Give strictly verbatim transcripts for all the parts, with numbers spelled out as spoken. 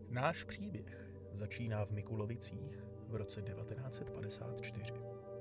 Náš příběh začíná v Mikulovicích v roce devatenáct set padesát čtyři.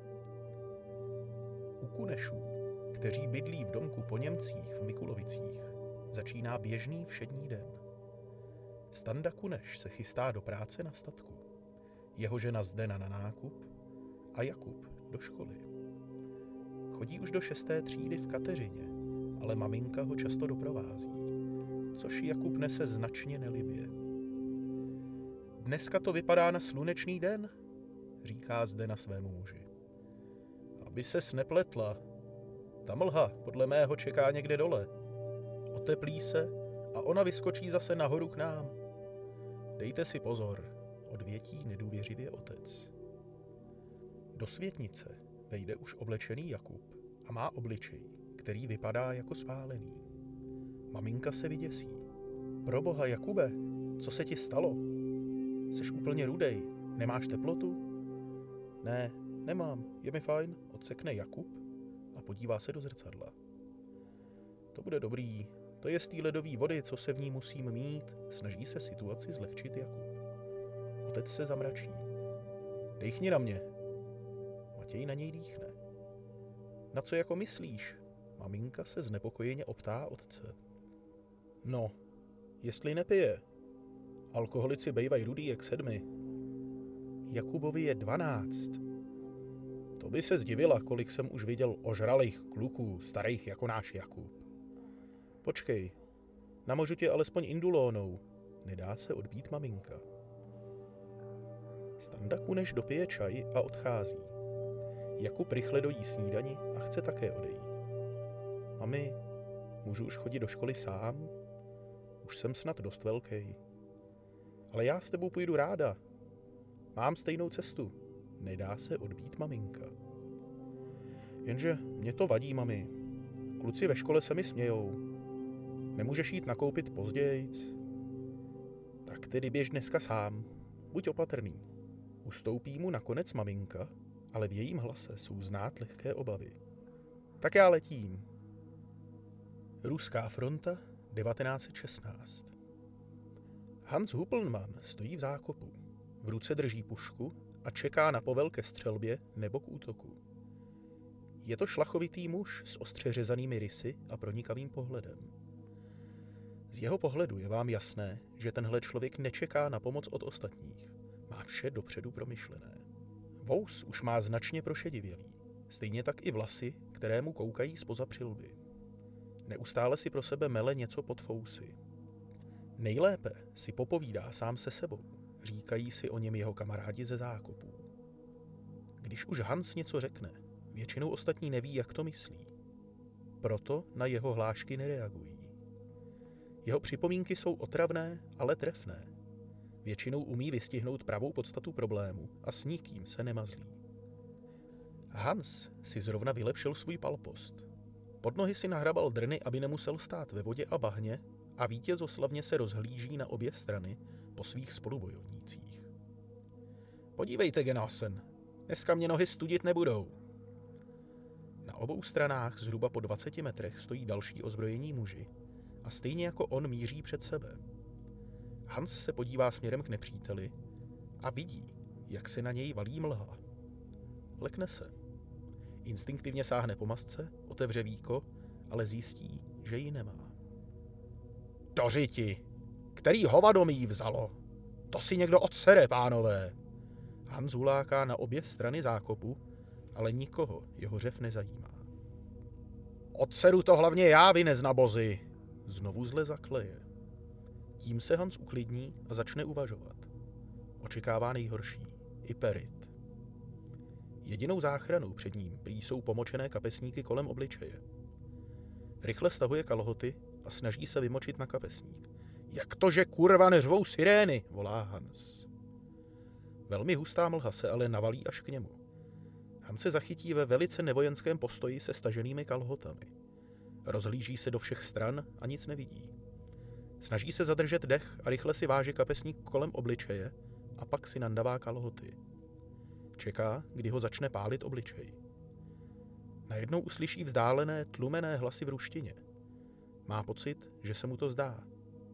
U Kunešů, kteří bydlí v domku po Němcích v Mikulovicích, začíná běžný všední den. Standa Kuneš se chystá do práce na statku, jeho žena Zdena na nákup a Jakub do školy. Chodí už do šesté třídy v Kateřině, ale maminka ho často doprovází, což Jakub nese značně nelibě. Dneska to vypadá na slunečný den, říká Zdena svému muži. Aby ses nepletla, ta mlha podle mého čeká někde dole. Oteplí se a ona vyskočí zase nahoru k nám. Dejte si pozor, odvětí nedůvěřivě otec. Do světnice vejde už oblečený Jakub a má obličej, který vypadá jako spálený. Maminka se vyděsí. Proboha, Jakube, co se ti stalo? Jseš úplně rudej, nemáš teplotu? Ne, nemám, je mi fajn, odsekne Jakub a podívá se do zrcadla. To bude dobrý, to je z té ledové vody, co se v ní musím mít, snaží se situaci zlehčit Jakub. Otec se zamračí. Dejchni na mě. Matěj na něj dýchne. Na co jako myslíš? Maminka se znepokojeně optá otce. No, jestli nepije. Alkoholici bejvají rudý jak sedmi. Jakubovi je dvanáct. To by se zdivila, kolik jsem už viděl ožralých kluků, starých jako náš Jakub. Počkej, namožu tě alespoň indulónou. Nedá se odbít maminka. Standa Kuneš dopije čaj a odchází. Jakub rychle dojí snídani a chce také odejít. Mami, můžu už chodit do školy sám? Už jsem snad dost velký. Ale já s tebou půjdu ráda. Mám stejnou cestu. Nedá se odbít maminka. Jenže mě to vadí, mami. Kluci ve škole se mi smějou. Nemůžeš jít nakoupit pozdějc? Tak tedy běž dneska sám. Buď opatrný. Ustoupí mu nakonec maminka, ale v jejím hlase jsou znát lehké obavy. Tak já letím. Ruská fronta devatenáct set šestnáct. Hans Huppelmann stojí v zákopu. V ruce drží pušku a čeká na povel ke střelbě nebo k útoku. Je to šlachovitý muž s ostře řezanými rysy a pronikavým pohledem. Z jeho pohledu je vám jasné, že tenhle člověk nečeká na pomoc od ostatních. Má vše dopředu promyšlené. Vous už má značně prošedivělý, stejně tak i vlasy, které mu koukají zpoza přilby. Neustále si pro sebe mele něco pod fousy. Nejlépe si popovídá sám se sebou, říkají si o něm jeho kamarádi ze zákopů. Když už Hans něco řekne, většinou ostatní neví, jak to myslí. Proto na jeho hlášky nereagují. Jeho připomínky jsou otravné, ale trefné. Většinou umí vystihnout pravou podstatu problému a s nikým se nemazlí. Hans si zrovna vylepšil svůj palpost. Pod nohy si nahrabal drny, aby nemusel stát ve vodě a bahně, a vítězoslavně se rozhlíží na obě strany po svých spolubojovnících. Podívejte, Genossen, dneska mě nohy studit nebudou. Na obou stranách zhruba po dvaceti metrech stojí další ozbrojení muži a stejně jako on míří před sebe. Hans se podívá směrem k nepříteli a vidí, jak se na něj valí mlha. Lekne se. Instinktivně sáhne po masce, otevře víko, ale zjistí, že ji nemá. Do řiti! Který hovado mi ji vzalo? To si někdo odsere, pánové! Hans huláká na obě strany zákopu, ale nikoho jeho řev nezajímá. Odseru to hlavně já, vy neznabozy! Znovu zle zakleje. Tím se Hans uklidní a začne uvažovat. Očekává nejhorší. I perit. Jedinou záchranou před ním prý jsou pomočené kapesníky kolem obličeje. Rychle stahuje kalhoty a snaží se vymočit na kapesník. Jak to, že kurva neřvou sirény, volá Hans. Velmi hustá mlha se ale navalí až k němu. Hans se zachytí ve velice nevojenském postoji se staženými kalhotami. Rozhlíží se do všech stran a nic nevidí. Snaží se zadržet dech a rychle si váže kapesník kolem obličeje a pak si nandavá kalhoty. Čeká, kdy ho začne pálit obličej. Najednou uslyší vzdálené, tlumené hlasy v ruštině. Má pocit, že se mu to zdá,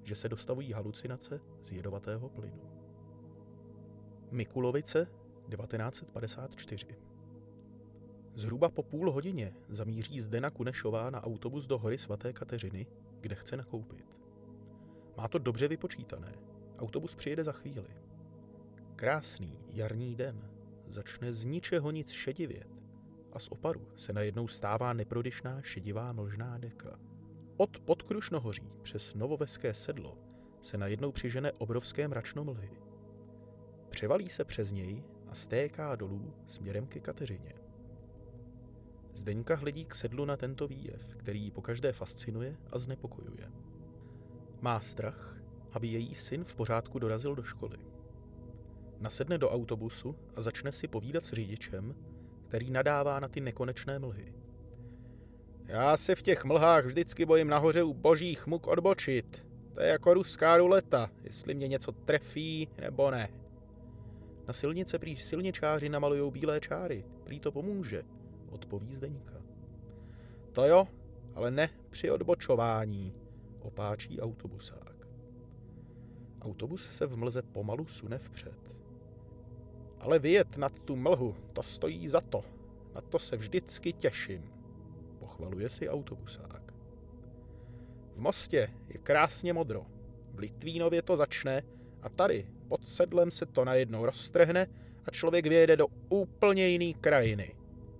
že se dostavují halucinace z jedovatého plynu. Mikulovice, devatenáct set padesát čtyři. Zhruba po půl hodině zamíří Zdena Kunešová na autobus do Hory svaté Kateřiny, kde chce nakoupit. Má to dobře vypočítané. Autobus přijede za chvíli. Krásný jarní den. Začne z ničeho nic šedivět a z oparu se najednou stává neprodyšná šedivá mlžná deka. Od Podkrušnohoří přes Novoveské sedlo se najednou přižene obrovské mračno mlhy. Převalí se přes něj a stéká dolů směrem ke Kateřině. Zdeňka hledí k sedlu na tento výjev, který ji pokaždé fascinuje a znepokojuje. Má strach, aby její syn v pořádku dorazil do školy. Nasedne do autobusu a začne si povídat s řidičem, který nadává na ty nekonečné mlhy. Já se v těch mlhách vždycky bojím nahoře u božích muk odbočit. To je jako ruská ruleta, jestli mě něco trefí nebo ne. Na silnice prý silničáři namalujou bílé čáry, prý to pomůže, odpoví Zdeňka. To jo, ale ne při odbočování, opáčí autobusák. Autobus se v mlze pomalu sune vpřed. Ale vyjet nad tu mlhu, to stojí za to. Na to se vždycky těším, pochvaluje si autobusák. V Mostě je krásně modro. V Litvínově to začne a tady pod sedlem se to najednou roztrhne a člověk vyjede do úplně jiný krajiny.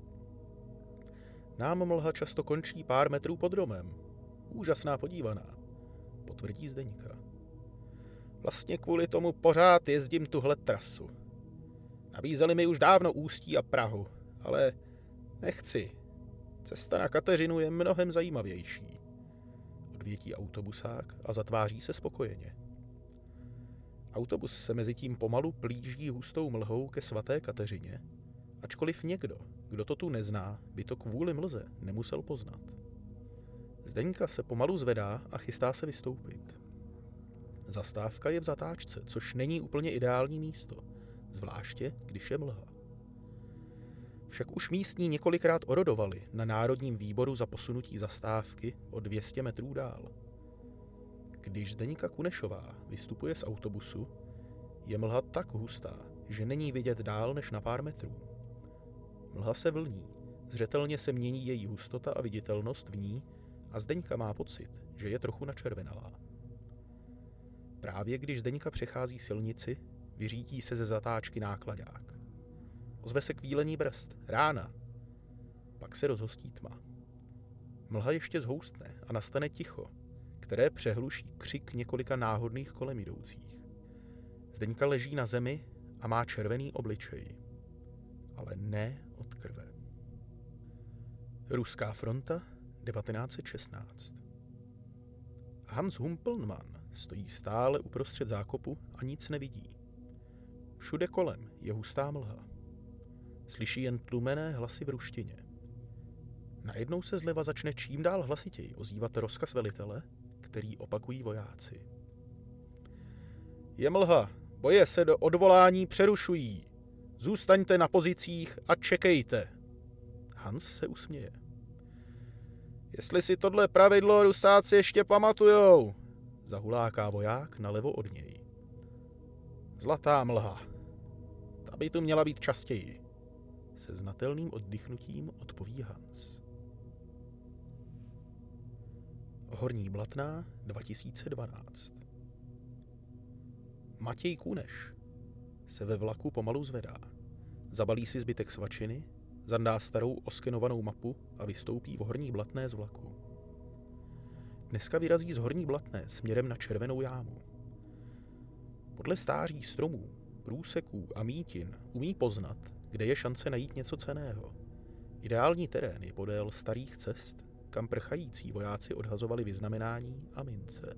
Nám mlha často končí pár metrů pod domem. Úžasná podívaná, potvrdí Zdeňka. Vlastně kvůli tomu pořád jezdím tuhle trasu. Nabízeli mi už dávno Ústí a Prahu, ale nechci. Cesta na Kateřinu je mnohem zajímavější. Odvětí autobusák a zatváří se spokojeně. Autobus se mezitím pomalu plíží hustou mlhou ke svaté Kateřině, ačkoliv někdo, kdo to tu nezná, by to kvůli mlze nemusel poznat. Zdeňka se pomalu zvedá a chystá se vystoupit. Zastávka je v zatáčce, což není úplně ideální místo, zvláště když je mlha. Však už místní několikrát orodovali na Národním výboru za posunutí zastávky o dvě stě metrů dál. Když Zdeňka Kunešová vystupuje z autobusu, je mlha tak hustá, že není vidět dál než na pár metrů. Mlha se vlní, zřetelně se mění její hustota a viditelnost v ní a Zdeňka má pocit, že je trochu načervenalá. Právě když Zdeňka přechází silnici, vyřítí se ze zatáčky nákladák. Ozve se kvílení brzd, rána. Pak se rozhostí tma. Mlha ještě zhoustne a nastane ticho, které přehluší křik několika náhodných kolem jdoucích. Zdeňka leží na zemi a má červený obličej. Ale ne od krve. Ruská fronta, devatenáct set šestnáct. Hans Humpelmann stojí stále uprostřed zákopu a nic nevidí. Všude kolem je hustá mlha. Slyší jen tlumené hlasy v ruštině. Najednou se zleva začne čím dál hlasitěji ozývat rozkaz velitele, který opakují vojáci. Je mlha, boje se do odvolání přerušují. Zůstaňte na pozicích a čekejte. Hans se usměje. Jestli si tohle pravidlo Rusáci ještě pamatujou, zahuláká voják nalevo od něj. Zlatá mlha. Ta by tu měla být častěji, se znatelným oddychnutím odpoví Hans. Horní Blatná dva tisíce dvanáct. Matěj Kuneš se ve vlaku pomalu zvedá. Zabalí si zbytek svačiny, zandá starou oskenovanou mapu a vystoupí v Horní Blatné z vlaku. Dneska vyrazí z Horní Blatné směrem na Červenou jámu. Podle stáří stromů, průseků a mítin umí poznat, kde je šance najít něco cenného. Ideální terén je podél starých cest, kam prchající vojáci odhazovali vyznamenání a mince.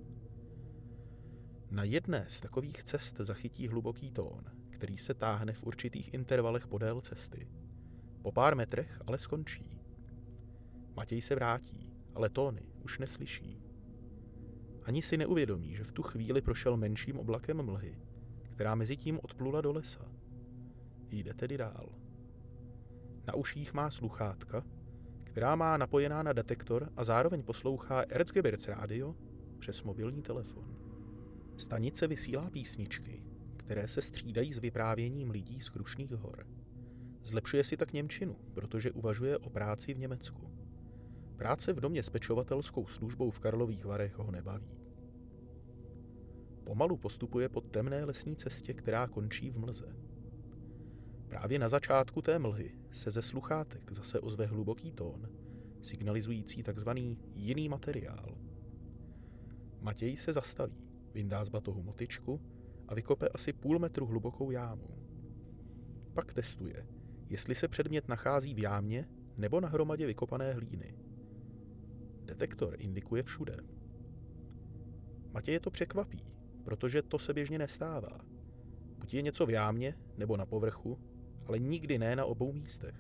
Na jedné z takových cest zachytí hluboký tón, který se táhne v určitých intervalech podél cesty. Po pár metrech ale skončí. Matěj se vrátí, ale tóny už neslyší. Ani si neuvědomí, že v tu chvíli prošel menším oblakem mlhy, která mezi tím odplula do lesa. Jde tedy dál. Na uších má sluchátka, která má napojená na detektor a zároveň poslouchá Erzgebirgsradio přes mobilní telefon. Stanice vysílá písničky, které se střídají s vyprávěním lidí z Krušných hor. Zlepšuje si tak němčinu, protože uvažuje o práci v Německu. Práce v domě s pečovatelskou službou v Karlových Varech ho nebaví. Pomalu postupuje po temné lesní cestě, která končí v mlze. Právě na začátku té mlhy se ze sluchátek zase ozve hluboký tón, signalizující takzvaný jiný materiál. Matěj se zastaví, vyndá z batohu motyčku a vykope asi půl metru hlubokou jámu. Pak testuje, jestli se předmět nachází v jámě nebo na hromadě vykopané hlíny. Detektor indikuje všude. Matěje to překvapí, protože to se běžně nestává. Buď je něco v jámě nebo na povrchu, ale nikdy ne na obou místech.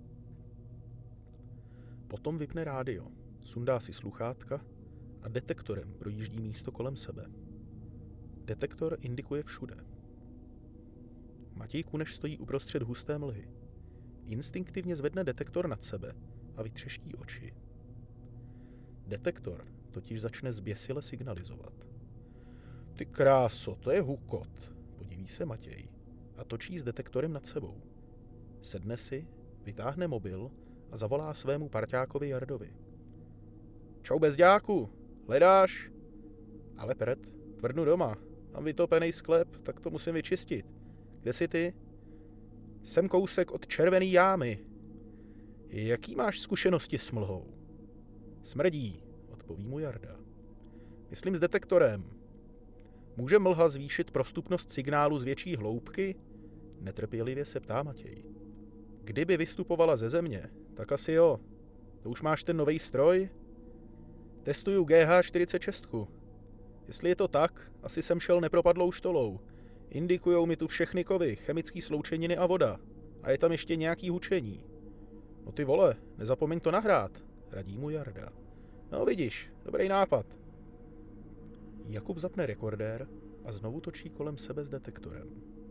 Potom vypne rádio, sundá si sluchátka a detektorem projíždí místo kolem sebe. Detektor indikuje všude. Matěj Kuneš stojí uprostřed husté mlhy. Instinktivně zvedne detektor nad sebe a vytřeští oči. Detektor totiž začne zběsile signalizovat. Ty kráso, to je hukot, podiví se Matěj a točí s detektorem nad sebou. Sedne si, vytáhne mobil a zavolá svému parťákovi Jardovi. Čau bezďáku, hledáš? Ale prd, tvrdnu doma, mám vytopený sklep, tak to musím vyčistit. Kde jsi ty? Jsem kousek od červený jámy. Jaký máš zkušenosti s mlhou? Smrdí, odpoví mu Jarda. Myslím s detektorem. Může mlha zvýšit prostupnost signálu z větší hloubky? Netrpělivě se ptá Matěj. Kdyby vystupovala ze země, tak asi jo. To už máš ten novej stroj? Testuju G H čtyřicet šest. Jestli je to tak, asi jsem šel nepropadlou štolou. Indikujou mi tu všechny kovy, chemické sloučeniny a voda. A je tam ještě nějaký hučení. No ty vole, nezapomeň to nahrát, radí mu Jarda. No vidíš, dobrý nápad. Jakub zapne rekordér a znovu točí kolem sebe s detektorem.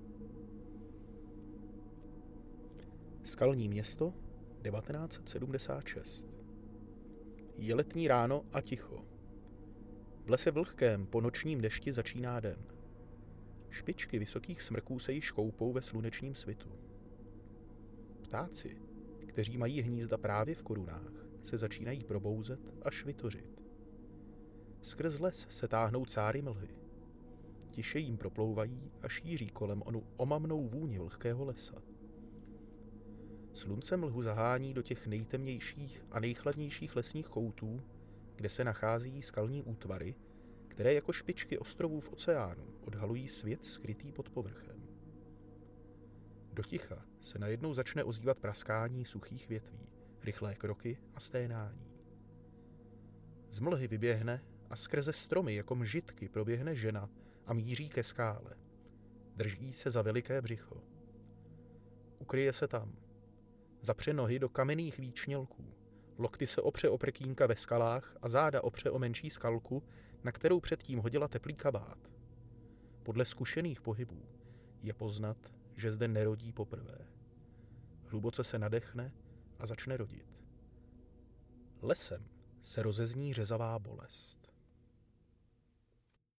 Skalní město, devatenáct set sedmdesát šest. Je letní ráno a ticho. V lese vlhkém po nočním dešti začíná den. Špičky vysokých smrků se již koupou ve slunečním svitu. Ptáci, kteří mají hnízda právě v korunách, se začínají probouzet a švitořit. Skrz les se táhnou cáry mlhy. Tiše jim proplouvají a šíří kolem onu omamnou vůni vlhkého lesa. Slunce mlhu zahání do těch nejtemnějších a nejchladnějších lesních koutů, kde se nachází skalní útvary, které jako špičky ostrovů v oceánu odhalují svět skrytý pod povrchem. Do ticha se najednou začne ozývat praskání suchých větví, rychlé kroky a sténání. Z mlhy vyběhne a skrze stromy jako mžitky proběhne žena a míří ke skále. Drží se za veliké břicho. Ukryje se tam. Zapře nohy do kamenných výčnělků. Lokty se opře o prkínka ve skalách a záda opře o menší skalku, na kterou předtím hodila teplý kabát. Podle zkušených pohybů je poznat, že zde nerodí poprvé. Hluboce se nadechne a začne rodit. Lesem se rozezní řezavá bolest.